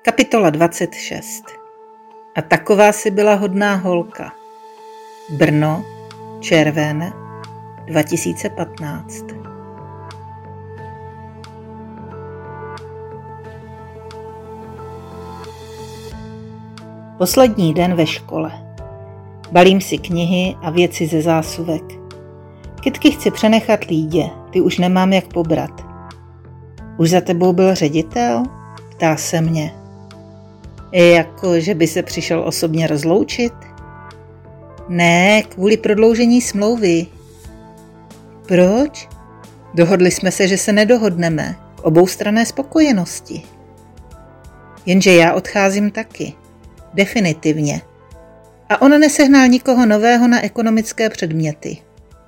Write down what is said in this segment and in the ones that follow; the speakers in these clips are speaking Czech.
Kapitola 26. A taková si byla hodná holka. Brno, červen, 2015. Poslední den ve škole. Balím si knihy a věci ze zásuvek. Kytky chci přenechat Lídě, ty už nemám jak pobrat. Už za tebou byl ředitel? Ptá se mě. Jako, že by se přišel osobně rozloučit? Ne, kvůli prodloužení smlouvy. Proč? Dohodli jsme se, že se nedohodneme k oboustranné spokojenosti. Jenže já odcházím taky. Definitivně. A on nesehnal nikoho nového na ekonomické předměty.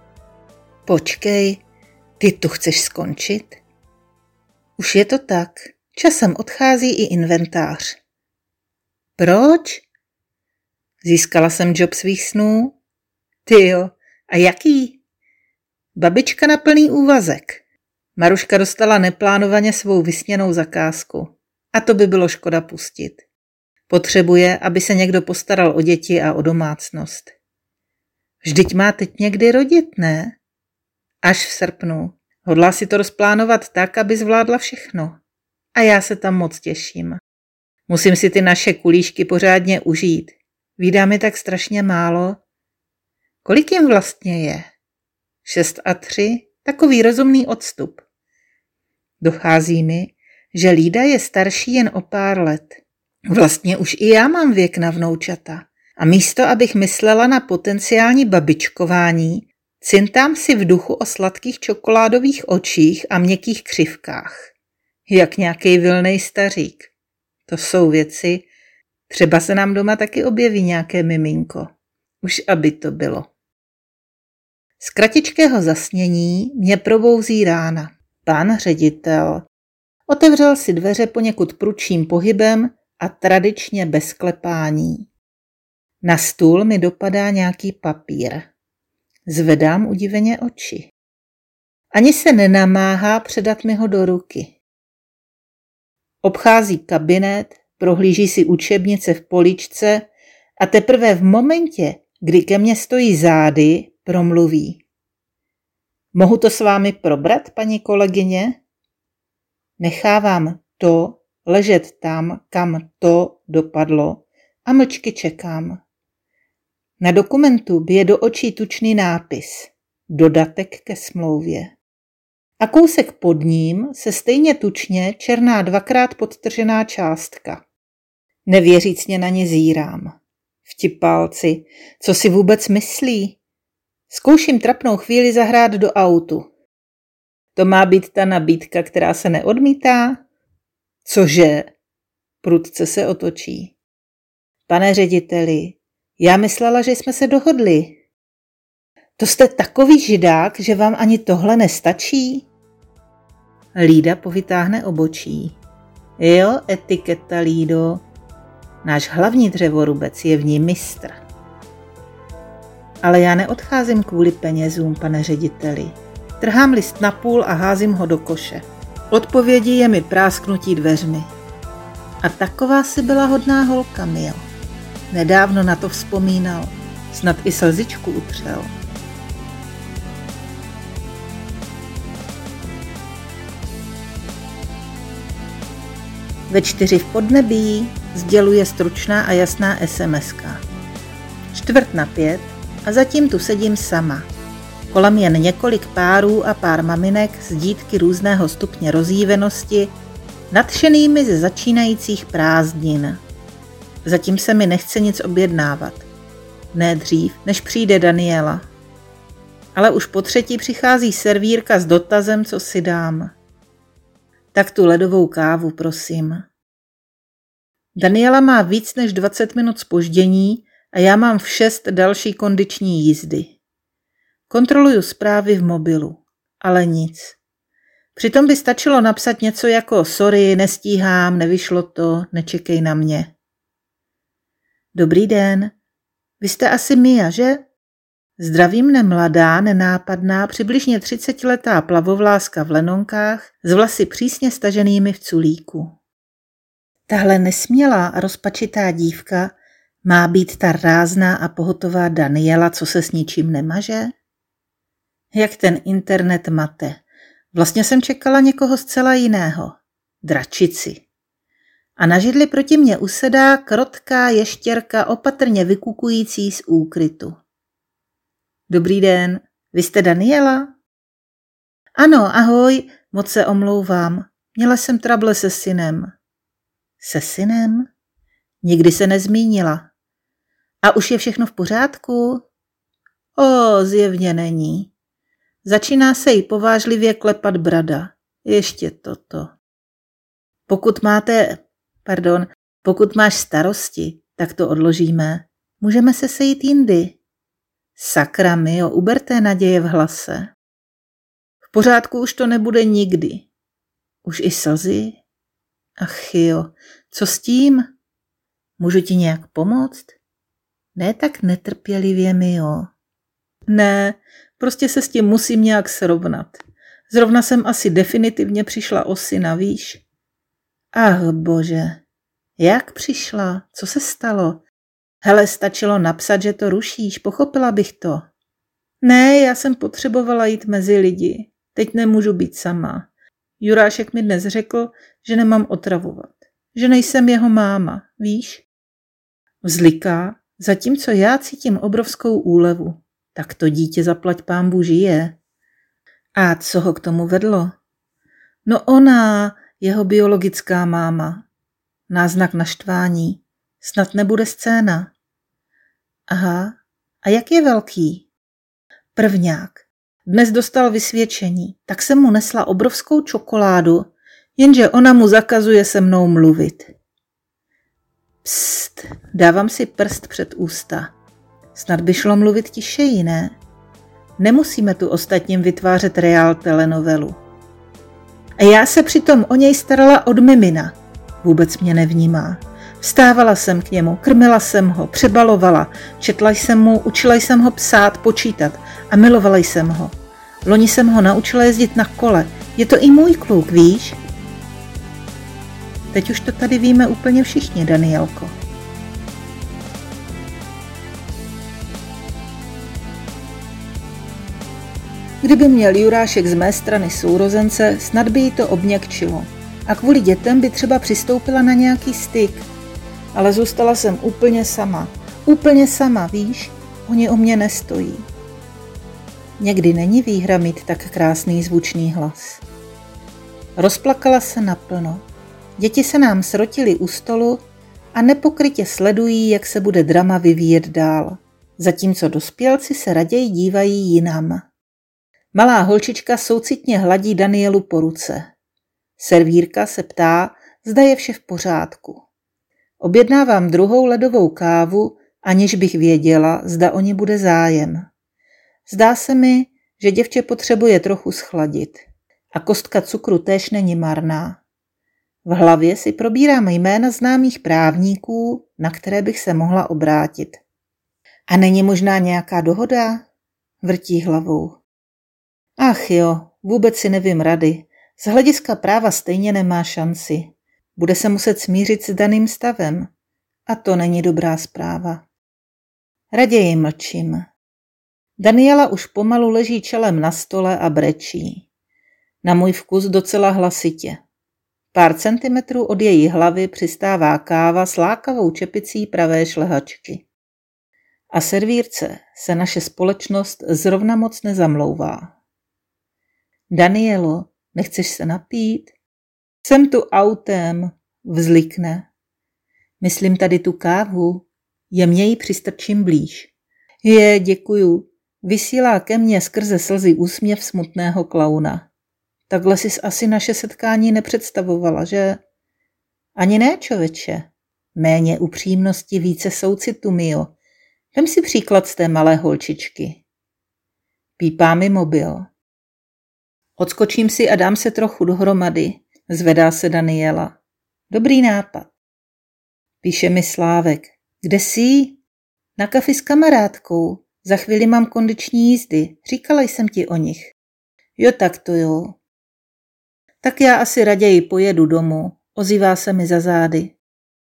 Počkej, ty tu chceš skončit? Už je to tak. Časem odchází i inventář. Proč? Získala jsem job svých snů. Tyjo, a jaký? Babička na plný úvazek. Maruška dostala neplánovaně svou vysněnou zakázku. A to by bylo škoda pustit. Potřebuje, aby se někdo postaral o děti a o domácnost. Vždyť má teď někdy rodit, ne? Až v srpnu. Hodlá si to rozplánovat tak, aby zvládla všechno. A já se tam moc těším. Musím si ty naše kulíšky pořádně užít. Vídá mi tak strašně málo. Kolik jim vlastně je? 6 a 3? Takový rozumný odstup. Dochází mi, že Lída je starší jen o pár let. Vlastně už i já mám věk na vnoučata. A místo, abych myslela na potenciální babičkování, cintám si v duchu o sladkých čokoládových očích a měkkých křivkách. Jak nějaký vilnej stařík. To jsou věci, třeba se nám doma taky objeví nějaké miminko. Už aby to bylo. Z kratičkého zasnění mě probouzí rána. Pan ředitel otevřel si dveře poněkud prudším pohybem a tradičně bez klepání. Na stůl mi dopadá nějaký papír. Zvedám udiveně oči. Ani se nenamáhá předat mi ho do ruky. Obchází kabinet, prohlíží si učebnice v poličce a teprve v momentě, kdy ke mně stojí zády, promluví. Mohu to s vámi probrat, paní kolegyně? Nechávám to ležet tam, kam to dopadlo a mlčky čekám. Na dokumentu bije do očí tučný nápis. Dodatek ke smlouvě. A kousek pod ním se stejně tučně černá 2krát podtržená částka. Nevěřícně na ně zírám. Vtipálci, co si vůbec myslí? Zkouším trapnou chvíli zahrát do autu. To má být ta nabídka, která se neodmítá? Cože? Prudce se otočí. Pane řediteli, já myslela, že jsme se dohodli. To jste takový židák, že vám ani tohle nestačí? Lída povytáhne obočí. Jo, etiketa, Lído. Náš hlavní dřevorubec je v ní mistr. Ale já neodcházím kvůli penězům, pane řediteli. Trhám list na půl a házím ho do koše. Odpovědí je mi prásknutí dveřmi. A taková si byla hodná holka, Mio. Nedávno na to vzpomínal. Snad i slzičku utřel. Ve 4 v podnebí sděluje stručná a jasná SMS-ka. 4:45 a zatím tu sedím sama. Kolem jen několik párů a pár maminek z dítky různého stupně rozjívenosti, nadšenými ze začínajících prázdnin. Zatím se mi nechce nic objednávat. Ne dřív, než přijde Daniela. Ale už po 3. přichází servírka s dotazem, co si dám. Tak tu ledovou kávu, prosím. Daniela má víc než 20 minut zpoždění a já mám v 6 další kondiční jízdy. Kontroluju zprávy v mobilu, ale nic. Přitom by stačilo napsat něco jako sorry, nestíhám, nevyšlo to, nečekej na mě. Dobrý den, vy jste asi Mia, že? Zdraví mne mladá, nenápadná, přibližně 30letá plavovláska v lenonkách s vlasy přísně staženými v culíku. Tahle nesmělá a rozpačitá dívka má být ta rázná a pohotová Daniela, co se s ničím nemaže? Jak ten internet mate. Vlastně jsem čekala někoho zcela jiného. Dračici. A na židli proti mně usedá krotká ještěrka opatrně vykukující z úkrytu. Dobrý den, vy jste Daniela? Ano, ahoj, moc se omlouvám. Měla jsem trable se synem. Se synem? Nikdy se nezmínila. A už je všechno v pořádku? Zjevně není. Začíná se jí povážlivě klepat brada. Ještě toto. Pokud máš starosti, tak to odložíme. Můžeme se sejít jindy. Sakra mio, uberte naděje v hlase. V pořádku už to nebude nikdy. Už i slzy? Ach jo, co s tím? Můžu ti nějak pomoct? Ne tak netrpělivě, Mio. Ne, prostě se s tím musím nějak srovnat. Zrovna jsem asi definitivně přišla o syna, víš? Ach bože, jak přišla? Co se stalo? Hele, stačilo napsat, že to rušíš, pochopila bych to. Ne, já jsem potřebovala jít mezi lidi. Teď nemůžu být sama. Jurášek mi dnes řekl, že nemám otravovat. Že nejsem jeho máma, víš? Vzliká, zatímco já cítím obrovskou úlevu. Tak to dítě zaplať pánbůh žije. A co ho k tomu vedlo? No ona, jeho biologická máma. Náznak naštvání. Snad nebude scéna. Aha, a jak je velký? Prvňák. Dnes dostal vysvědčení, tak jsem mu nesla obrovskou čokoládu, jenže ona mu zakazuje se mnou mluvit. Pst, dávám si prst před ústa. Snad by šlo mluvit tišeji, ne? Nemusíme tu ostatním vytvářet reál telenovelu. A já se přitom o něj starala od mimina. Vůbec mě nevnímá. Vstávala jsem k němu, krmila jsem ho, přebalovala, četla jsem mu, učila jsem ho psát, počítat a milovala jsem ho. Loni jsem ho naučila jezdit na kole. Je to i můj kluk, víš? Teď už to tady víme úplně všichni, Danielko. Kdyby měl Jurášek z mé strany sourozence, snad by jí to obměkčilo. A kvůli dětem by třeba přistoupila na nějaký styk. Ale zůstala jsem úplně sama. Úplně sama, víš? Oni o mě nestojí. Někdy není výhra mít tak krásný zvučný hlas. Rozplakala se naplno. Děti se nám srotily u stolu a nepokrytě sledují, jak se bude drama vyvíjet dál. Zatímco dospělci se raději dívají jinam. Malá holčička soucitně hladí Danielu po ruce. Servírka se ptá, zda je vše v pořádku. Objednávám druhou ledovou kávu, aniž bych věděla, zda o ní bude zájem. Zdá se mi, že děvče potřebuje trochu schladit. A kostka cukru též není marná. V hlavě si probírám jména známých právníků, na které bych se mohla obrátit. A není možná nějaká dohoda? Vrtí hlavou. Ach jo, vůbec si nevím rady. Z hlediska práva stejně nemá šanci. Bude se muset smířit s daným stavem. A to není dobrá zpráva. Raději mlčím. Daniela už pomalu leží čelem na stole a brečí. Na můj vkus docela hlasitě. Pár centimetrů od její hlavy přistává káva s lákavou čepicí pravé šlehačky. A servírce se naše společnost zrovna moc nezamlouvá. Danielo, nechceš se napít? Jsem tu autem, vzlikne. Myslím tady tu kávu, jemně ji přistrčím blíž. Děkuju, vysílá ke mně skrze slzy úsměv smutného klauna. Takhle jsi asi naše setkání nepředstavovala, že? Ani ne, čověče. Méně upřímnosti, více soucitu, Mio. Vem si příklad z té malé holčičky. Pípá mi mobil. Odskočím si a dám se trochu dohromady, zvedá se Daniela. Dobrý nápad. Píše mi Slávek. Kde jsi? Na kafi s kamarádkou. Za chvíli mám kondiční jízdy. Říkala jsem ti o nich. Jo, tak to jo. Tak já asi raději pojedu domů. Ozývá se mi za zády.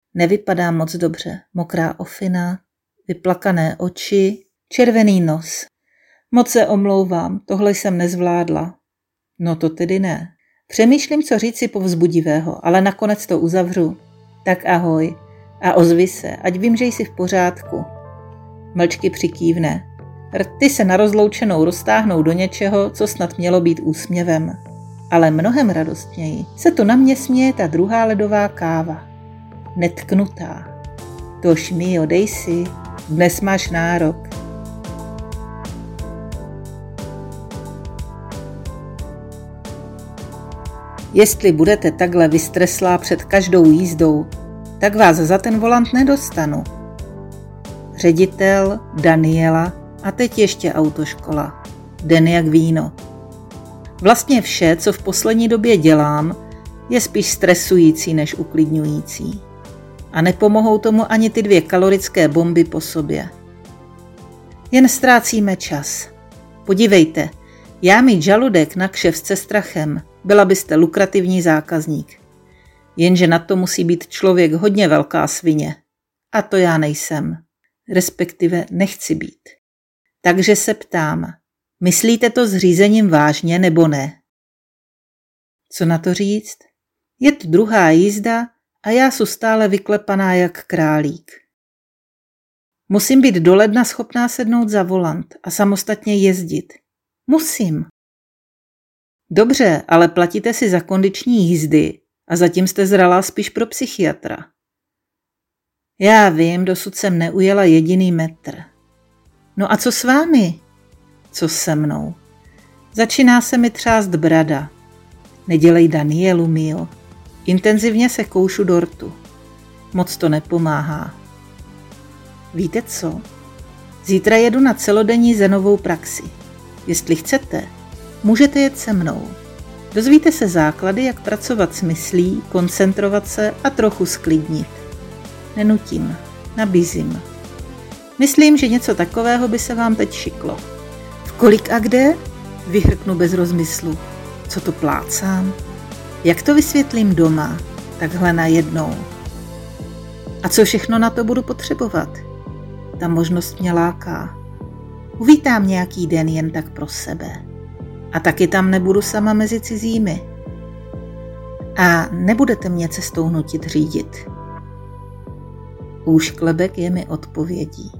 Nevypadá moc dobře. Mokrá ofina, vyplakané oči, červený nos. Moc se omlouvám, tohle jsem nezvládla. No to tedy ne. Přemýšlím, co říci povzbudivého, ale nakonec to uzavřu. Tak ahoj a ozvi se, ať vím, že jsi v pořádku. Mlčky přikývne. Rty se na rozloučenou roztáhnou do něčeho, co snad mělo být úsměvem. Ale mnohem radostněji se tu na mě směje ta druhá ledová káva. Netknutá. Tož mi dej si, dnes máš nárok. Jestli budete takhle vystreslá před každou jízdou, tak vás za ten volant nedostanu. Ředitel, Daniela a teď ještě autoškola. Den jak víno. Vlastně vše, co v poslední době dělám, je spíš stresující než uklidňující. A nepomohou tomu ani ty 2 kalorické bomby po sobě. Jen ztrácíme čas. Podívejte, já mít žaludek na kšeft se strachem, byla byste lukrativní zákazník. Jenže na to musí být člověk hodně velká svině. A to já nejsem. Respektive nechci být. Takže se ptám, myslíte to s řízením vážně nebo ne? Co na to říct? Je to druhá jízda a já jsem stále vyklepaná jak králík. Musím být do ledna schopná sednout za volant a samostatně jezdit. Musím. Dobře, ale platíte si za kondiční jízdy a zatím jste zralá spíš pro psychiatra. Já vím, dosud jsem neujela jediný metr. No a co s vámi? Co se mnou? Začíná se mi třást brada. Nedělej Danielu, mio. Intenzivně se koušu dortu. Moc to nepomáhá. Víte co? Zítra jedu na celodenní zenovou praxi. Jestli chcete, můžete jet se mnou. Dozvíte se základy, jak pracovat s myslí, koncentrovat se a trochu sklidnit. Nenutím, nabízím. Myslím, že něco takového by se vám teď šiklo. V kolik a kde? Vyhrknu bez rozmyslu. Co to plácám? Jak to vysvětlím doma? Takhle najednou. A co všechno na to budu potřebovat? Ta možnost mě láká. Uvítám nějaký den jen tak pro sebe. A taky tam nebudu sama mezi cizími. A nebudete mě cestou nutit řídit. Úšklebek je mi odpovědí.